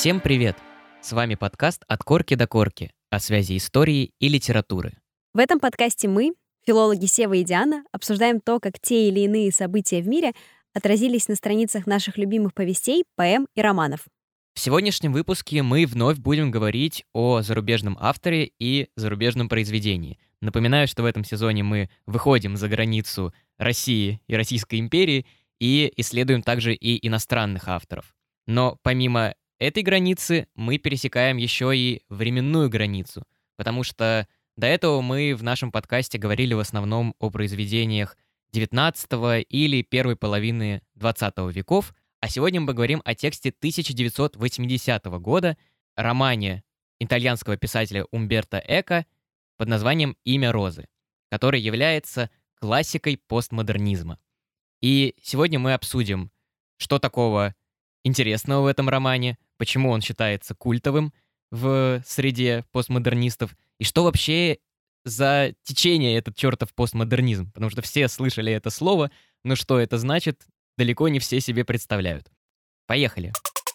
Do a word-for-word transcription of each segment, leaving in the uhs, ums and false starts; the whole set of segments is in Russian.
Всем привет! С вами подкаст «От корки до корки» о связи истории и литературы. В этом подкасте мы, филологи Сева и Диана, обсуждаем то, как те или иные события в мире отразились на страницах наших любимых повестей, поэм и романов. В сегодняшнем выпуске мы вновь будем говорить о зарубежном авторе и зарубежном произведении. Напоминаю, что в этом сезоне мы выходим за границу России и Российской империи и исследуем также и иностранных авторов. Но помимо этой границы мы пересекаем еще и временную границу, потому что до этого мы в нашем подкасте говорили в основном о произведениях девятнадцатого или первой половины двадцатого веков, а сегодня мы поговорим о тексте тысяча девятьсот восьмидесятого года, романе итальянского писателя Умберто Эко под названием «Имя Розы», который является классикой постмодернизма. И сегодня мы обсудим, что такого интересного в этом романе, почему он считается культовым в среде постмодернистов, и что вообще за течение этот чертов постмодернизм, потому что все слышали это слово, но что это значит, далеко не все себе представляют. Поехали!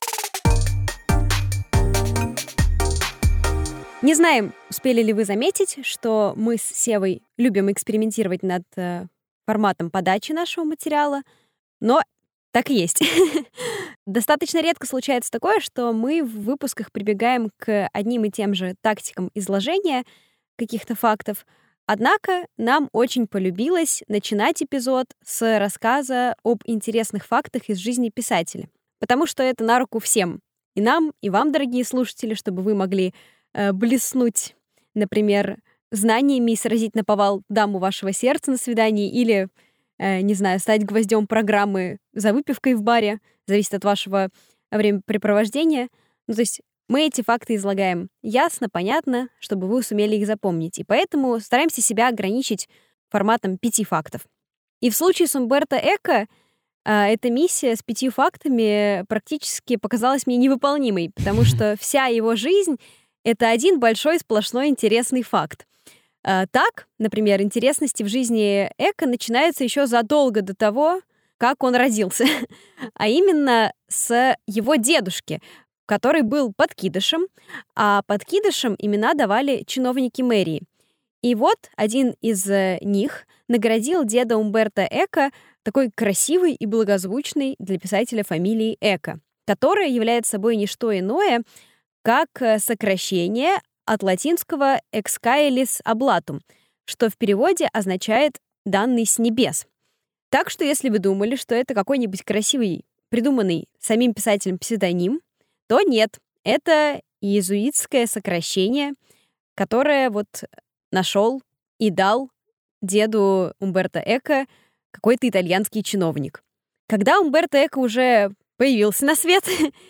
Не знаем, успели ли вы заметить, что мы с Севой любим экспериментировать над э, форматом подачи нашего материала, но так и есть. Достаточно редко случается такое, что мы в выпусках прибегаем к одним и тем же тактикам изложения каких-то фактов. Однако нам очень полюбилось начинать эпизод с рассказа об интересных фактах из жизни писателя. Потому что это на руку всем. И нам, и вам, дорогие слушатели, чтобы вы могли э, блеснуть, например, знаниями и сразить наповал даму вашего сердца на свидании или, э, не знаю, стать гвоздем программы за выпивкой в баре. Зависит от вашего времяпрепровождения. Ну, то есть мы эти факты излагаем ясно, понятно, чтобы вы сумели их запомнить. И поэтому стараемся себя ограничить форматом пяти фактов. И в случае с Умберто Эко а, эта миссия с пятью фактами практически показалась мне невыполнимой, потому что вся его жизнь — это один большой сплошной интересный факт. А, так, например, интересности в жизни Эко начинаются еще задолго до того, как он родился, а именно с его дедушки, который был подкидышем, а подкидышам имена давали чиновники мэрии. И вот один из них наградил деда Умберто Эко такой красивой и благозвучной для писателя фамилией Эко, которая является собой не что иное, как сокращение от латинского «ex caelis oblatum», что в переводе означает «данный с небес». Так что если вы думали, что это какой-нибудь красивый, придуманный самим писателем псевдоним, то нет, это иезуитское сокращение, которое вот нашел и дал деду Умберто Эко какой-то итальянский чиновник. Когда Умберто Эко уже появился на свет,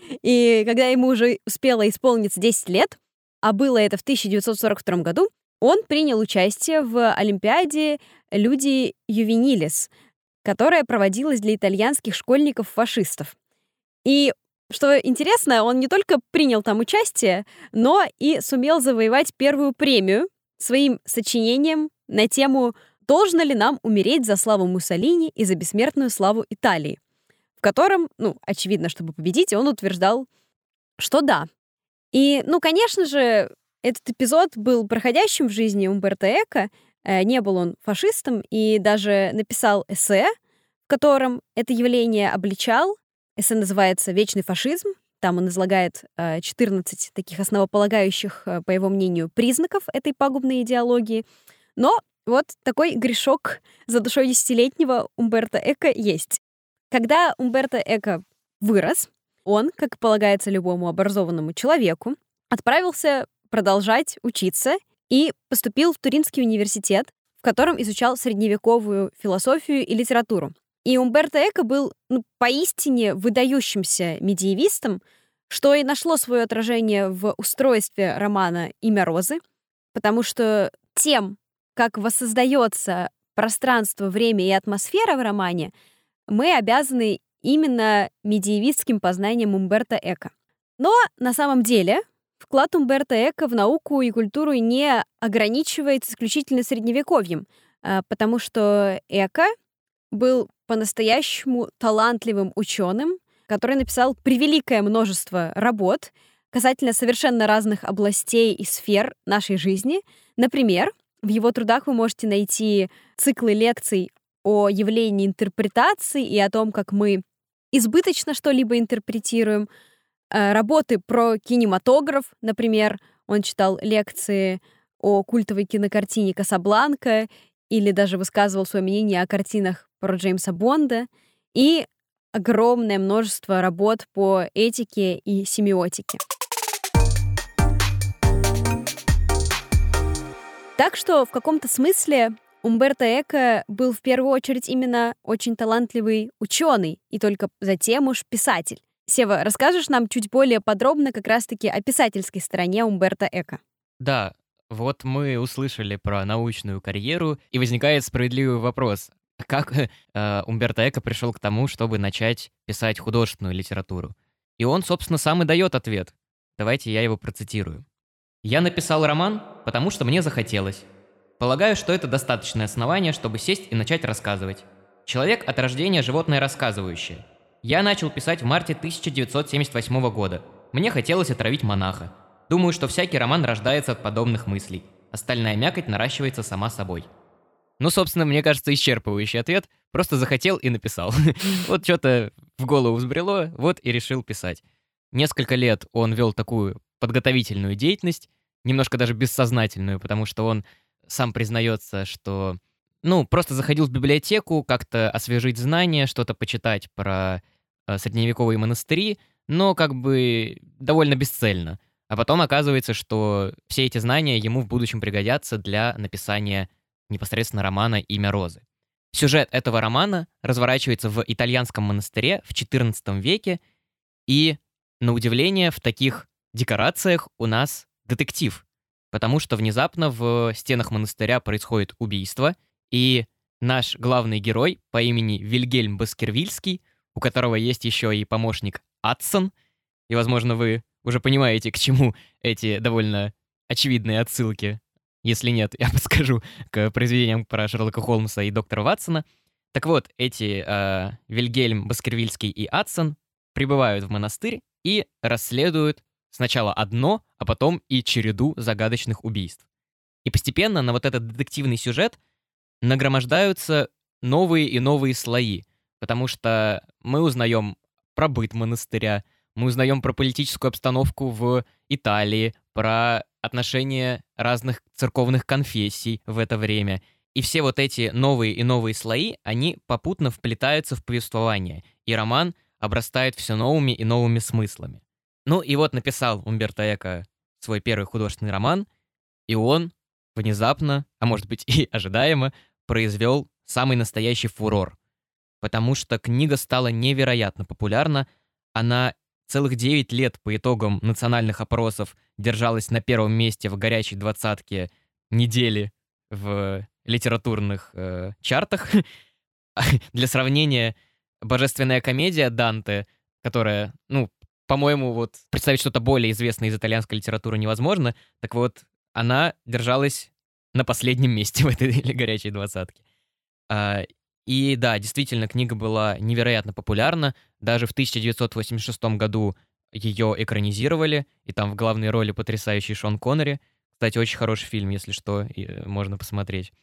и когда ему уже успело исполниться десять лет, а было это в тысяча девятьсот сорок втором году, он принял участие в Олимпиаде «Люди Ювенилис», которая проводилась для итальянских школьников-фашистов. И что интересно, он не только принял там участие, но и сумел завоевать первую премию своим сочинением на тему «Должно ли нам умереть за славу Муссолини и за бессмертную славу Италии?», в котором, ну, очевидно, чтобы победить, он утверждал, что да. И, ну, конечно же, этот эпизод был проходящим в жизни Умберто Эко, не был он фашистом и даже написал эссе, в котором это явление обличал. Эссе называется «Вечный фашизм». Там он излагает четырнадцать таких основополагающих, по его мнению, признаков этой пагубной идеологии. Но вот такой грешок за душой десятилетнего Умберто Эко есть. Когда Умберто Эко вырос, он, как полагается любому образованному человеку, отправился продолжать учиться и поступил в Туринский университет, в котором изучал средневековую философию и литературу. И Умберто Эко был ну, поистине выдающимся медиевистом, что и нашло свое отражение в устройстве романа «Имя Розы», потому что тем, как воссоздается пространство, время и атмосфера в романе, мы обязаны именно медиевистским познаниям Умберто Эко. Но на самом деле вклад Умберто Эко в науку и культуру не ограничивается исключительно средневековьем, потому что Эко был по-настоящему талантливым ученым, который написал превеликое множество работ, касательно совершенно разных областей и сфер нашей жизни. Например, в его трудах вы можете найти циклы лекций о явлении интерпретации и о том, как мы избыточно что-либо интерпретируем, э, работы про кинематограф, например, он читал лекции о культовой кинокартине «Касабланка» или даже высказывал свое мнение о картинах про Джеймса Бонда, и огромное множество работ по этике и семиотике. Так что в каком-то смысле Умберто Эко был в первую очередь именно очень талантливый ученый и только затем уж писатель. Сева, расскажешь нам чуть более подробно как раз-таки о писательской стороне Умберто Эко? Да, вот мы услышали про научную карьеру, и возникает справедливый вопрос. Как э, Умберто Эко пришел к тому, чтобы начать писать художественную литературу? И он, собственно, сам и дает ответ. Давайте я его процитирую. «Я написал роман, потому что мне захотелось. Полагаю, что это достаточное основание, чтобы сесть и начать рассказывать. Человек от рождения животное рассказывающее. Я начал писать в марте тысяча девятьсот семьдесят восьмого года. Мне хотелось отравить монаха. Думаю, что всякий роман рождается от подобных мыслей. Остальная мякоть наращивается сама собой». Ну, собственно, мне кажется, исчерпывающий ответ. Просто захотел и написал. Вот что-то в голову взбрело, вот и решил писать. Несколько лет он вел такую подготовительную деятельность, немножко даже бессознательную, потому что он сам признается, что, ну, просто заходил в библиотеку, как-то освежить знания, что-то почитать про э, средневековые монастыри, но как бы довольно бесцельно. А потом оказывается, что все эти знания ему в будущем пригодятся для написания непосредственно романа «Имя Розы». Сюжет этого романа разворачивается в итальянском монастыре в четырнадцатом веке, и, на удивление, в таких декорациях у нас детектив, потому что внезапно в стенах монастыря происходит убийство, и наш главный герой по имени Вильгельм Баскервильский, у которого есть еще и помощник Адсон, и, возможно, вы уже понимаете, к чему эти довольно очевидные отсылки. Если нет, я подскажу к произведениям про Шерлока Холмса и доктора Ватсона. Так вот, эти э, Вильгельм Баскервильский и Адсон прибывают в монастырь и расследуют сначала одно, а потом и череду загадочных убийств. И постепенно на вот этот детективный сюжет нагромождаются новые и новые слои, потому что мы узнаем про быт монастыря, мы узнаем про политическую обстановку в Италии, про отношения разных церковных конфессий в это время. И все вот эти новые и новые слои, они попутно вплетаются в повествование, и роман обрастает все новыми и новыми смыслами. Ну и вот написал Умберто Эко свой первый художественный роман, и он внезапно, а может быть и ожидаемо, произвел самый настоящий фурор. Потому что книга стала невероятно популярна, она целых девять лет по итогам национальных опросов держалась на первом месте в горячей двадцатке недели в литературных э, чартах. Для сравнения, «Божественная комедия» Данте, которая, ну, по-моему, вот представить что-то более известное из итальянской литературы невозможно, так вот, она держалась на последнем месте в этой горячей двадцатке. А, и да, действительно, книга была невероятно популярна. Даже в тысяча девятьсот восемьдесят шестом году ее экранизировали, и там в главной роли потрясающий Шон Коннери. Кстати, очень хороший фильм, если что, и можно посмотреть.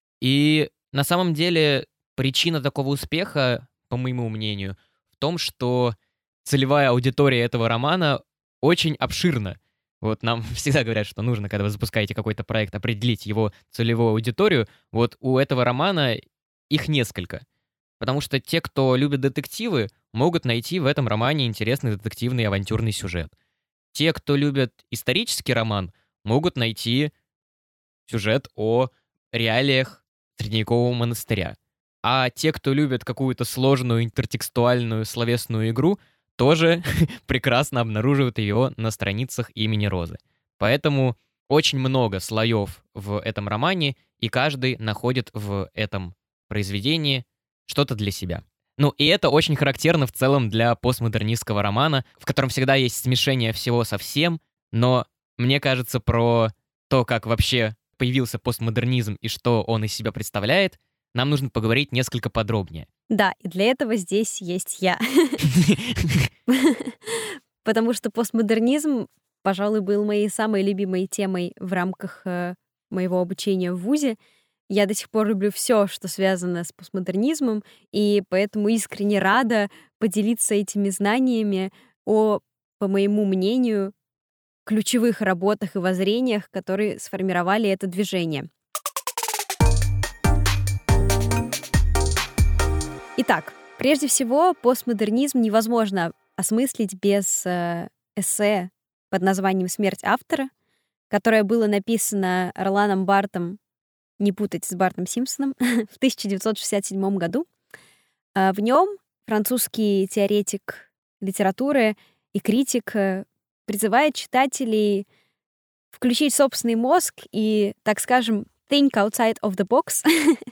И на самом деле причина такого успеха, по моему мнению, в том, что целевая аудитория этого романа очень обширна. Вот нам всегда говорят, что нужно, когда вы запускаете какой-то проект, определить его целевую аудиторию. Вот у этого романа их несколько. Потому что те, кто любит детективы, могут найти в этом романе интересный детективный авантюрный сюжет. Те, кто любит исторический роман, могут найти сюжет о реалиях средневекового монастыря. А те, кто любит какую-то сложную интертекстуальную словесную игру, тоже прекрасно обнаруживают ее на страницах «Имени Розы». Поэтому очень много слоев в этом романе, и каждый находит в этом произведении что-то для себя. Ну, и это очень характерно в целом для постмодернистского романа, в котором всегда есть смешение всего со всем, но мне кажется, про то, как вообще появился постмодернизм и что он из себя представляет, нам нужно поговорить несколько подробнее. Да, и для этого здесь есть я. Потому что постмодернизм пожалуй, был моей самой любимой темой в рамках э, моего обучения в вузе. Я до сих пор люблю все, что связано с постмодернизмом, и поэтому искренне рада поделиться этими знаниями о, по моему мнению, ключевых работах и воззрениях, которые сформировали это движение. Итак, прежде всего, постмодернизм невозможно осмыслить без э, эссе под названием «Смерть автора», которое было написано Роланом Бартом, не путать с Бартом Симпсоном, в тысяча девятьсот шестьдесят седьмом году. В нем французский теоретик литературы и критик призывает читателей включить собственный мозг и, так скажем, think outside of the box.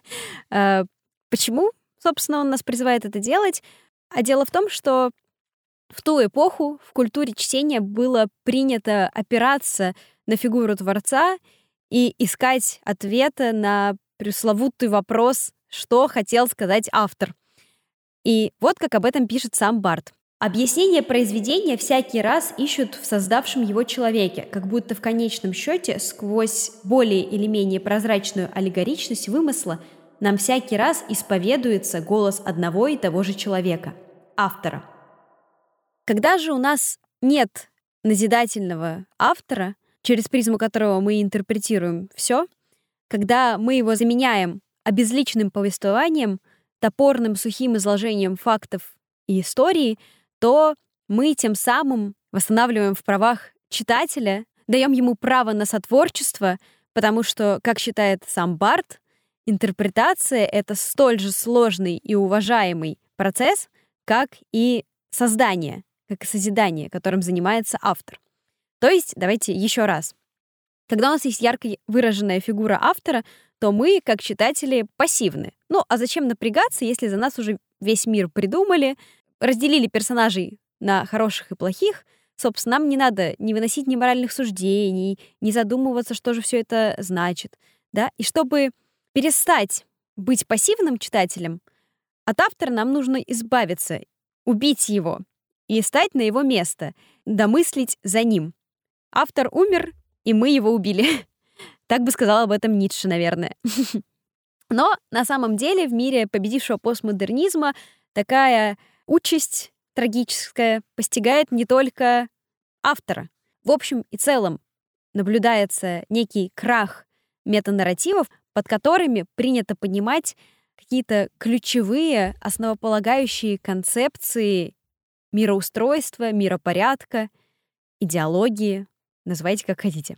Почему, собственно, он нас призывает это делать? А дело в том, что в ту эпоху в культуре чтения было принято опираться на фигуру Творца и искать ответы на пресловутый вопрос, что хотел сказать автор. И вот как об этом пишет сам Барт. Объяснение произведения всякий раз ищут в создавшем его человеке, как будто в конечном счете сквозь более или менее прозрачную аллегоричность вымысла нам всякий раз исповедуется голос одного и того же человека — автора. Когда же у нас нет назидательного автора, через призму которого мы интерпретируем все, когда мы его заменяем обезличенным повествованием, топорным сухим изложением фактов и истории, то мы тем самым восстанавливаем в правах читателя, даем ему право на сотворчество, потому что, как считает сам Барт, интерпретация — это столь же сложный и уважаемый процесс, как и создание, как и созидание, которым занимается автор. То есть, давайте еще раз. Когда у нас есть ярко выраженная фигура автора, то мы, как читатели, пассивны. Ну, а зачем напрягаться, если за нас уже весь мир придумали, разделили персонажей на хороших и плохих? Собственно, нам не надо не выносить ни моральных суждений, не задумываться, что же все это значит. Да? И чтобы перестать быть пассивным читателем, от автора нам нужно избавиться, убить его и стать на его место, домыслить за ним. Автор умер, и мы его убили. Так бы сказал об этом Ницше, наверное. Но на самом деле в мире победившего постмодернизма такая участь трагическая постигает не только автора. В общем и целом наблюдается некий крах метанарративов, под которыми принято понимать какие-то ключевые, основополагающие концепции мироустройства, миропорядка, идеологии, называйте как хотите.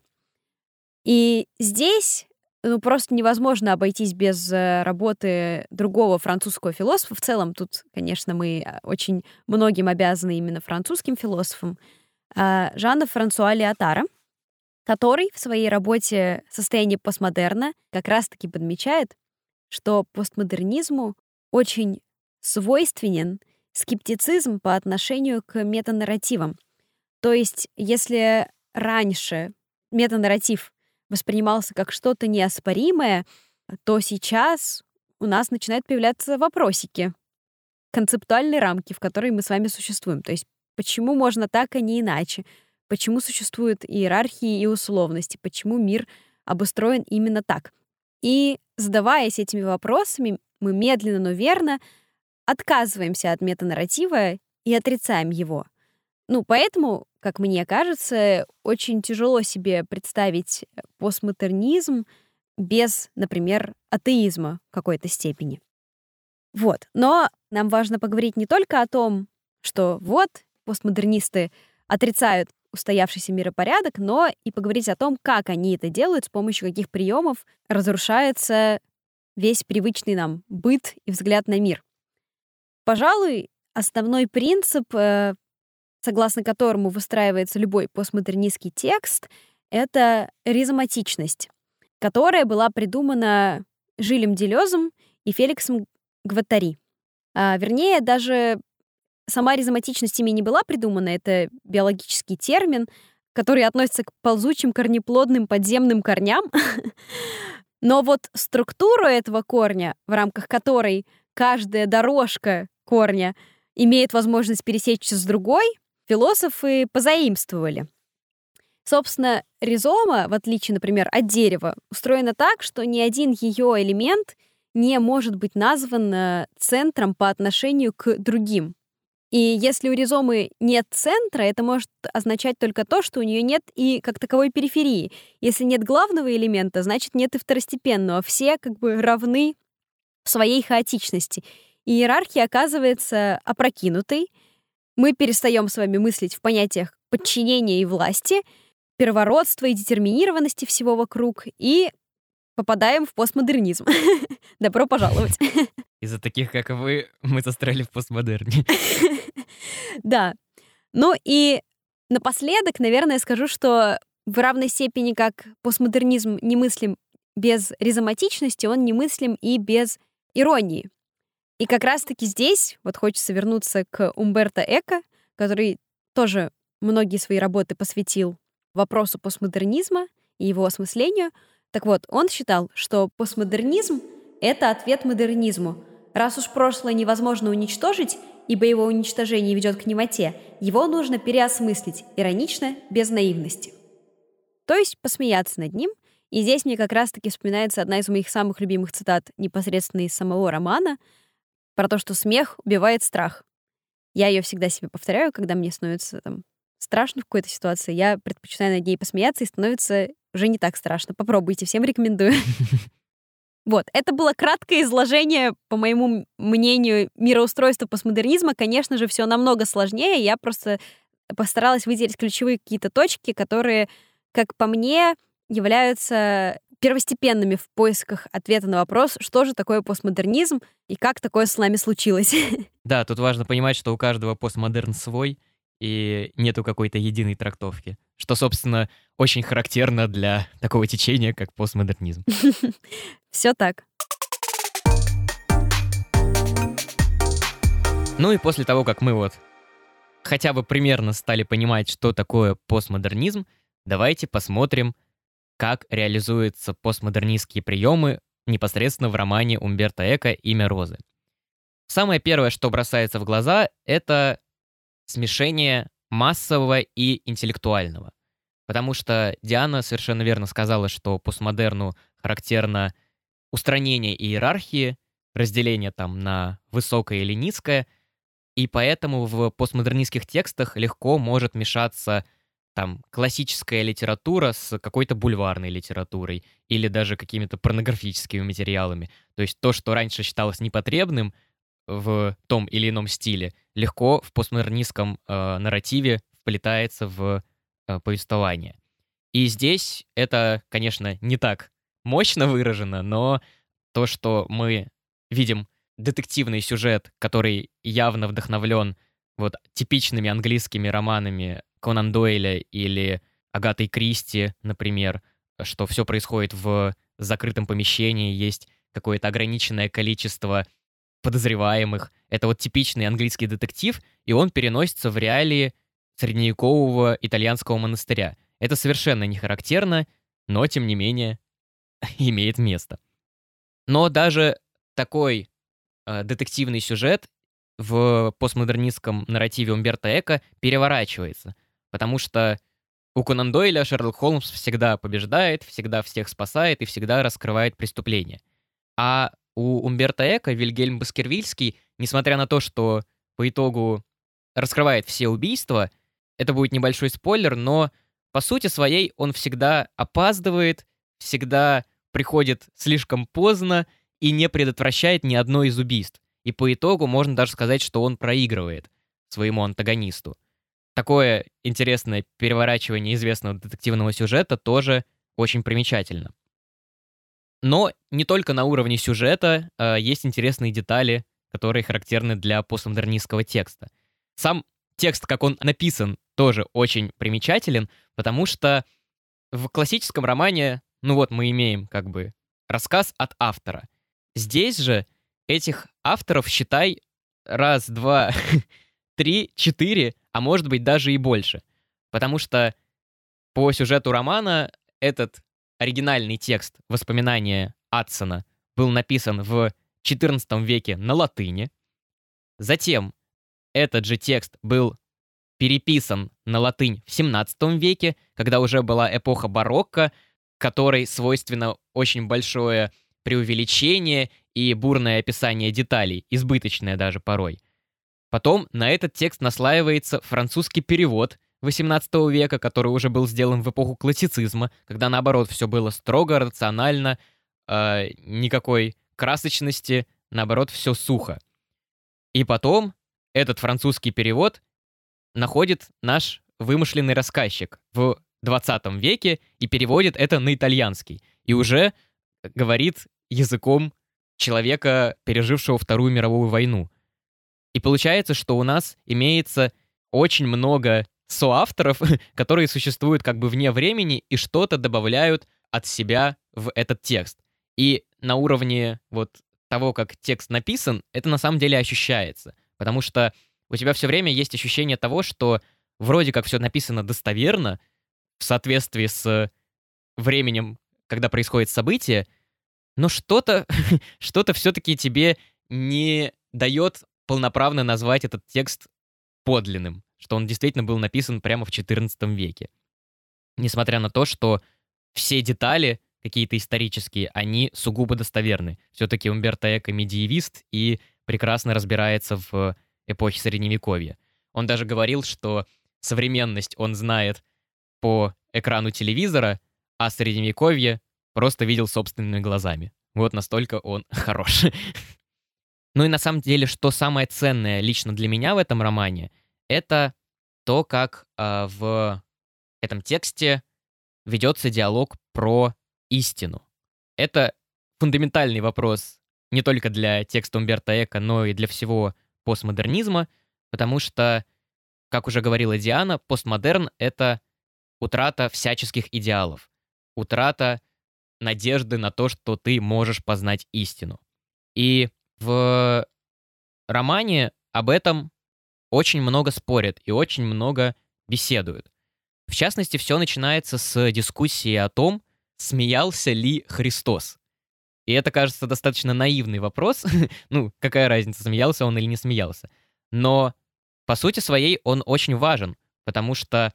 И здесь ну, просто невозможно обойтись без работы другого французского философа. В целом тут, конечно, мы очень многим обязаны именно французским философам, Жана Франсуа Лиотара, который в своей работе «Состояние постмодерна» как раз-таки подмечает, что постмодернизму очень свойственен скептицизм по отношению к метанарративам. То есть, если раньше метанарратив воспринимался как что-то неоспоримое, то сейчас у нас начинают появляться вопросики, концептуальные рамки, в которые мы с вами существуем. То есть почему можно так, а не иначе? Почему существуют иерархии и условности? Почему мир обустроен именно так? И задаваясь этими вопросами, мы медленно, но верно отказываемся от метанарратива и отрицаем его. Ну, поэтому, как мне кажется, очень тяжело себе представить постмодернизм без, например, атеизма в какой-то степени. Вот. Но нам важно поговорить не только о том, что вот постмодернисты отрицают устоявшийся миропорядок, но и поговорить о том, как они это делают, с помощью каких приемов разрушается весь привычный нам быт и взгляд на мир. Пожалуй, основной принцип, согласно которому выстраивается любой постмодернистский текст, это ризоматичность, которая была придумана Жилем Делезом и Феликсом Гваттари. А, вернее, даже сама ризоматичность ими не была придумана, это биологический термин, который относится к ползучим корнеплодным подземным корням. Но вот структуру этого корня, в рамках которой каждая дорожка корня имеет возможность пересечься с другой, философы позаимствовали. Собственно, ризома, в отличие, например, от дерева, устроена так, что ни один ее элемент не может быть назван э, центром по отношению к другим. И если у ризомы нет центра, это может означать только то, что у нее нет и как таковой периферии. Если нет главного элемента, значит нет и второстепенного. Все как бы равны в своей хаотичности. И иерархия оказывается опрокинутой. Мы перестаем с вами мыслить в понятиях подчинения и власти, первородства и детерминированности всего вокруг, и попадаем в постмодернизм. Добро пожаловать. Из-за таких, как вы, мы застряли в постмодерне. Да. Ну и напоследок, наверное, скажу, что в равной степени, как постмодернизм немыслим без ризоматичности, он немыслим и без иронии. И как раз-таки здесь вот хочется вернуться к Умберто Эко, который тоже многие свои работы посвятил вопросу постмодернизма и его осмыслению. Так вот, он считал, что постмодернизм — это ответ модернизму. Раз уж прошлое невозможно уничтожить, ибо его уничтожение ведет к немоте, его нужно переосмыслить, иронично, без наивности. То есть посмеяться над ним. И здесь мне как раз-таки вспоминается одна из моих самых любимых цитат непосредственно из самого романа про то, что смех убивает страх. Я ее всегда себе повторяю, когда мне становится там страшно в какой-то ситуации. Я предпочитаю над ней посмеяться, и становится уже не так страшно. Попробуйте, всем рекомендую. Вот, это было краткое изложение, по моему мнению, мироустройства постмодернизма. Конечно же, все намного сложнее. Я просто постаралась выделить ключевые какие-то точки, которые, как по мне, являются первостепенными в поисках ответа на вопрос, что же такое постмодернизм и как такое с нами случилось. Да, тут важно понимать, что у каждого постмодерн свой, и нету какой-то единой трактовки, что, собственно, очень характерно для такого течения, как постмодернизм. Все так. Ну и после того, как мы вот хотя бы примерно стали понимать, что такое постмодернизм, давайте посмотрим, как реализуются постмодернистские приемы непосредственно в романе Умберто Эко «Имя Розы». Самое первое, что бросается в глаза, это смешение массового и интеллектуального. Потому что Диана совершенно верно сказала, что постмодерну характерно устранение иерархии, разделение там на высокое или низкое, и поэтому в постмодернистских текстах легко может мешаться там классическая литература с какой-то бульварной литературой или даже какими-то порнографическими материалами. То есть то, что раньше считалось непотребным в том или ином стиле, легко в постмодернистском э, нарративе вплетается в э, повествование. И здесь это, конечно, не так мощно выражено, но то, что мы видим детективный сюжет, который явно вдохновлен вот типичными английскими романами Конан Дойля или Агатой Кристи, например, что все происходит в закрытом помещении, есть какое-то ограниченное количество подозреваемых. Это вот типичный английский детектив, и он переносится в реалии средневекового итальянского монастыря. Это совершенно не характерно, но, тем не менее, имеет место. Но даже такой э, детективный сюжет в постмодернистском нарративе Умберто Эко переворачивается, потому что у Конан Дойля Шерлок Холмс всегда побеждает, всегда всех спасает и всегда раскрывает преступления. А у Умберто Эко Вильгельм Баскервильский, несмотря на то, что по итогу раскрывает все убийства, это будет небольшой спойлер, но по сути своей он всегда опаздывает, всегда приходит слишком поздно и не предотвращает ни одно из убийств. И по итогу можно даже сказать, что он проигрывает своему антагонисту. Такое интересное переворачивание известного детективного сюжета тоже очень примечательно. Но не только на уровне сюжета э, есть интересные детали, которые характерны для постмодернистского текста. Сам текст, как он написан, тоже очень примечателен, потому что в классическом романе, ну вот мы имеем как бы рассказ от автора. Здесь же этих авторов, считай, раз, два, три, четыре, а может быть даже и больше. Потому что по сюжету романа этот оригинальный текст «Воспоминания Адсона» был написан в четырнадцатом веке на латыни. Затем этот же текст был переписан на латынь в семнадцатом веке, когда уже была эпоха барокко, которой свойственно очень большое преувеличение и бурное описание деталей, избыточное даже порой. Потом на этот текст наслаивается французский перевод восемнадцатого века, который уже был сделан в эпоху классицизма, когда, наоборот, все было строго, рационально, э, никакой красочности, наоборот, все сухо. И потом этот французский перевод находит наш вымышленный рассказчик в двадцатом веке и переводит это на итальянский. И уже говорит языком человека, пережившего Вторую мировую войну. И получается, что у нас имеется очень много соавторов, которые существуют как бы вне времени и что-то добавляют от себя в этот текст. И на уровне вот того, как текст написан, это на самом деле ощущается. Потому что у тебя все время есть ощущение того, что вроде как все написано достоверно, в соответствии с временем, когда происходит событие, но что-то, что-то все-таки тебе не дает полноправно назвать этот текст подлинным, что он действительно был написан прямо в четырнадцатом веке. Несмотря на то, что все детали, какие-то исторические, они сугубо достоверны. Все-таки Умберто Эко медиевист и прекрасно разбирается в эпохе Средневековья. Он даже говорил, что современность он знает по экрану телевизора, а Средневековье просто видел собственными глазами. Вот настолько он хорош. Ну и на самом деле, что самое ценное лично для меня в этом романе, это то, как э, в этом тексте ведется диалог про истину. Это фундаментальный вопрос не только для текста Умберто Эко, но и для всего постмодернизма, потому что, как уже говорила Диана, постмодерн — это утрата всяческих идеалов, утрата надежды на то, что ты можешь познать истину. И в романе об этом очень много спорят и очень много беседуют. В частности, все начинается с дискуссии о том, смеялся ли Христос. И это, кажется, достаточно наивный вопрос. Ну, какая разница, смеялся он или не смеялся. Но по сути своей он очень важен, потому что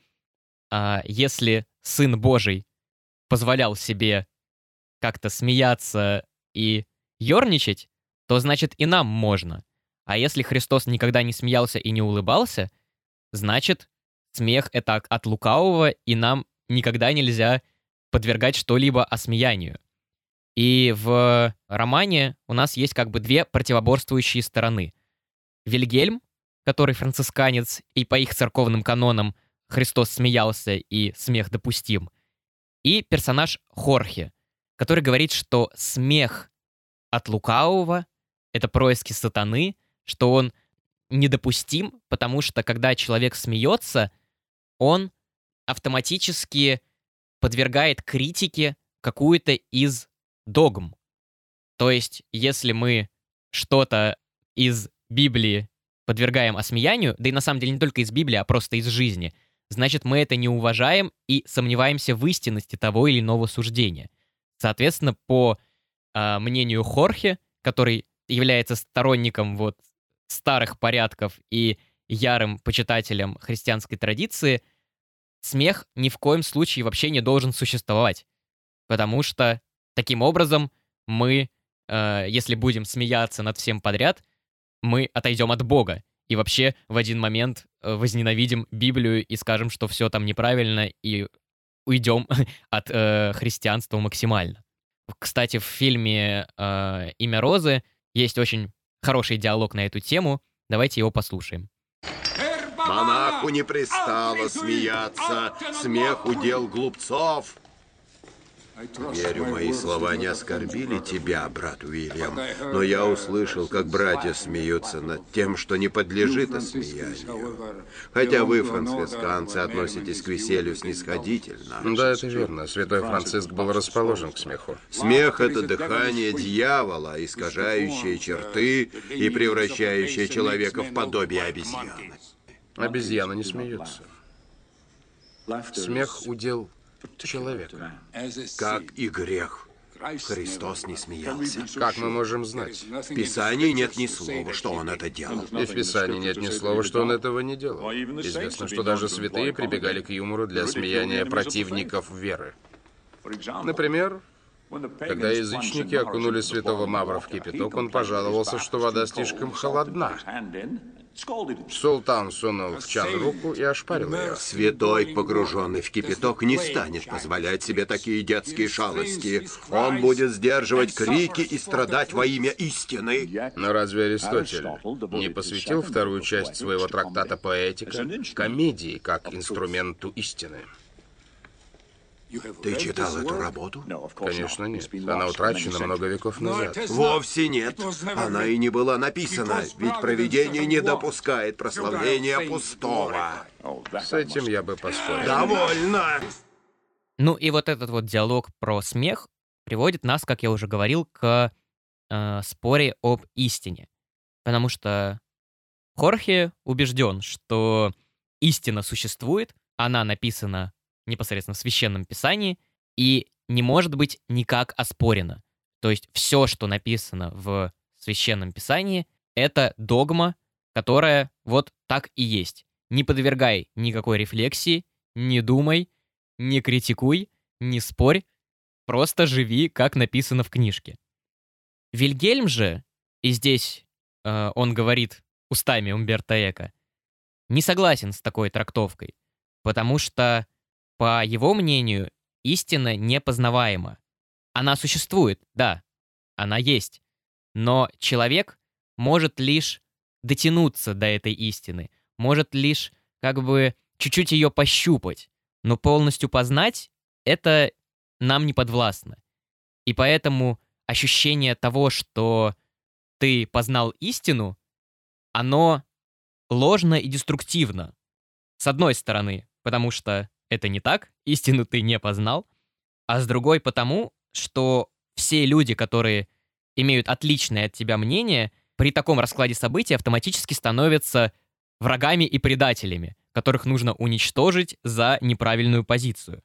а, если Сын Божий позволял себе как-то смеяться и ерничать, то значит и нам можно. А если Христос никогда не смеялся и не улыбался, значит смех — это от лукавого, и нам никогда нельзя подвергать что-либо осмеянию. И в романе у нас есть как бы две противоборствующие стороны. Вильгельм, который францисканец, и по их церковным канонам Христос смеялся и смех допустим, и персонаж Хорхе, который говорит, что смех от лукавого — это происки сатаны, что он недопустим, потому что когда человек смеется, он автоматически подвергает критике какую-то из догм. То есть, если мы что-то из Библии подвергаем осмеянию, да и на самом деле не только из Библии, а просто из жизни, значит, мы это не уважаем и сомневаемся в истинности того или иного суждения. Соответственно, по э, мнению Хорхе, который является сторонником вот старых порядков и ярым почитателем христианской традиции, смех ни в коем случае вообще не должен существовать. Потому что таким образом мы, э, если будем смеяться над всем подряд, мы отойдем от Бога и вообще в один момент э, возненавидим Библию и скажем, что все там неправильно, и уйдем от э, христианства максимально. Кстати, в фильме э, «Имя Розы» есть очень хороший диалог на эту тему. Давайте его послушаем. Монаху не пристало смеяться, смех удел глупцов. Верю, мои слова не оскорбили тебя, брат Уильям, но я услышал, как братья смеются над тем, что не подлежит осмеянию. Хотя вы, францисканцы, относитесь к веселью снисходительно. Да, это верно. Святой Франциск был расположен к смеху. Смех — это дыхание дьявола, искажающее черты и превращающее человека в подобие обезьяны. Обезьяны не смеются. Смех удел человека. Как и грех. Христос не смеялся. Как мы можем знать? В Писании нет ни слова, что он это делал. И в Писании нет ни слова, что он этого не делал. Известно, что даже святые прибегали к юмору для смеяния противников веры. Например, когда язычники окунули святого Мавра в кипяток, он пожаловался, что вода слишком холодна. Султан сунул в чан руку и ошпарил ее. Святой, погруженный в кипяток, не станет позволять себе такие детские шалости. Он будет сдерживать крики и страдать во имя истины. Но разве Аристотель не посвятил вторую часть своего трактата «Поэтика» комедии как инструменту истины? Ты читал эту работу? Конечно, нет. Она утрачена много веков назад. Вовсе нет. Она и не была написана, ведь провидение не допускает прославления пустого. С этим я бы поспорил. Довольно! Ну и вот этот вот диалог про смех приводит нас, как я уже говорил, к э, споре об истине. Потому что Хорхе убежден, что истина существует, она написана непосредственно в Священном Писании и не может быть никак оспорено. То есть все, что написано в Священном Писании, это догма, которая вот так и есть. Не подвергай никакой рефлексии, не думай, не критикуй, не спорь, просто живи, как написано в книжке. Вильгельм же, и здесь э, он говорит устами Умберто Эко, не согласен с такой трактовкой, потому что по его мнению, истина непознаваема. Она существует, да, она есть. Но человек может лишь дотянуться до этой истины, может лишь как бы чуть-чуть ее пощупать, но полностью познать — это нам не подвластно. И поэтому ощущение того, что ты познал истину, оно ложно и деструктивно. С одной стороны, потому что это не так, истину ты не познал, а с другой потому, что все люди, которые имеют отличное от тебя мнение, при таком раскладе событий автоматически становятся врагами и предателями, которых нужно уничтожить за неправильную позицию.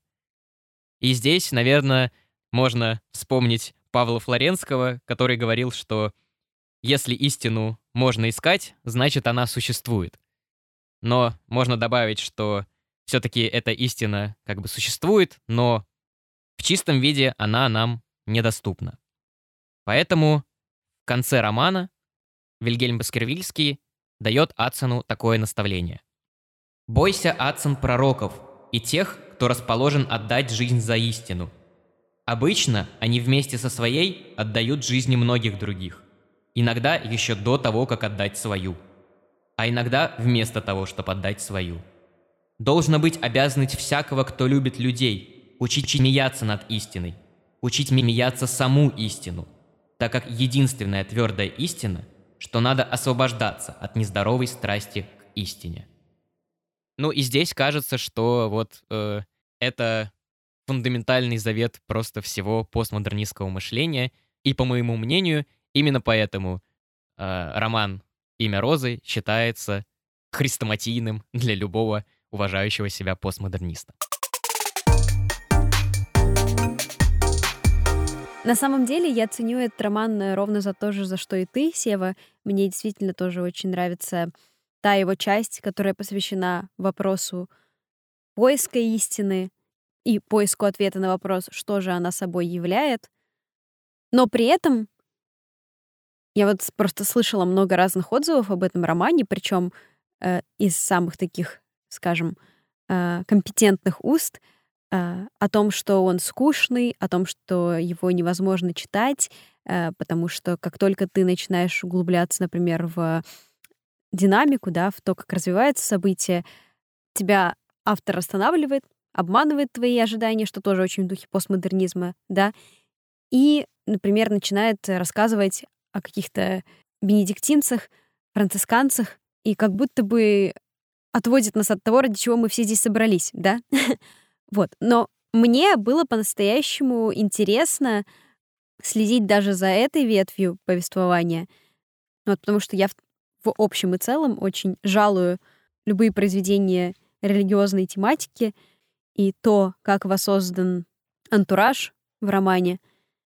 И здесь, наверное, можно вспомнить Павла Флоренского, который говорил, что если истину можно искать, значит, она существует. Но можно добавить, что все-таки эта истина как бы существует, но в чистом виде она нам недоступна. Поэтому в конце романа Вильгельм Баскервильский дает Адсону такое наставление. «Бойся, Адсон, пророков и тех, кто расположен отдать жизнь за истину. Обычно они вместе со своей отдают жизни многих других, иногда еще до того, как отдать свою, а иногда вместо того, чтобы отдать свою. Должно быть обязанность всякого, кто любит людей, учить смеяться над истиной, учить смеяться саму истину, так как единственная твердая истина, что надо освобождаться от нездоровой страсти к истине». Ну и здесь кажется, что вот э, это фундаментальный завет просто всего постмодернистского мышления, и, по моему мнению, именно поэтому э, роман «Имя Розы» считается хрестоматийным для любого уважающего себя постмодерниста. На самом деле я ценю этот роман ровно за то же, за что и ты, Сева. Мне действительно тоже очень нравится та его часть, которая посвящена вопросу поиска истины и поиску ответа на вопрос, что же она собой являет. Но при этом я вот просто слышала много разных отзывов об этом романе, причем э, из самых таких, скажем, э, компетентных уст, э, о том, что он скучный, о том, что его невозможно читать, э, потому что как только ты начинаешь углубляться, например, в динамику, да, в то, как развиваются события, тебя автор останавливает, обманывает твои ожидания, что тоже очень в духе постмодернизма, да, и, например, начинает рассказывать о каких-то бенедиктинцах, францисканцах, и как будто бы отводит нас от того, ради чего мы все здесь собрались, да. Вот. Но мне было по-настоящему интересно следить даже за этой ветвью повествования, вот, потому что я в, в общем и целом очень жалую любые произведения религиозной тематики и то, как воссоздан антураж в романе.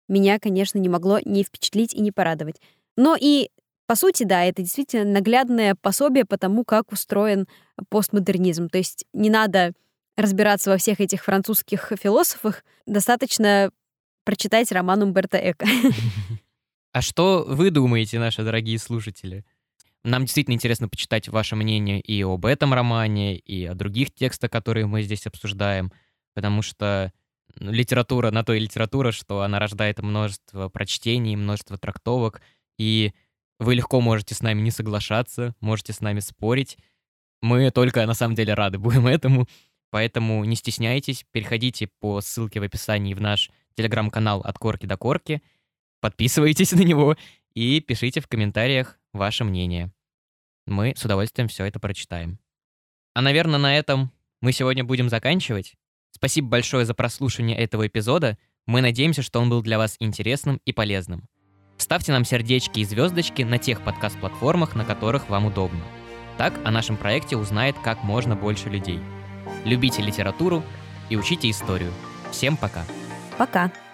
меня, конечно, не могло не впечатлить и не порадовать. Но и, по сути, да, это действительно наглядное пособие по тому, как устроен постмодернизм. То есть не надо разбираться во всех этих французских философах, достаточно прочитать роман Умберто Эко. А что вы думаете, наши дорогие слушатели? Нам действительно интересно почитать ваше мнение и об этом романе, и о других текстах, которые мы здесь обсуждаем, потому что литература на то и литература, что она рождает множество прочтений, множество трактовок, и вы легко можете с нами не соглашаться, можете с нами спорить. Мы только на самом деле рады будем этому, поэтому не стесняйтесь, переходите по ссылке в описании в наш телеграм-канал «От корки до корки», подписывайтесь на него и пишите в комментариях ваше мнение. Мы с удовольствием все это прочитаем. А, наверное, на этом мы сегодня будем заканчивать. Спасибо большое за прослушивание этого эпизода. Мы надеемся, что он был для вас интересным и полезным. Ставьте нам сердечки и звездочки на тех подкаст-платформах, на которых вам удобно. Так о нашем проекте узнает как можно больше людей. Любите литературу и учите историю. Всем пока. Пока.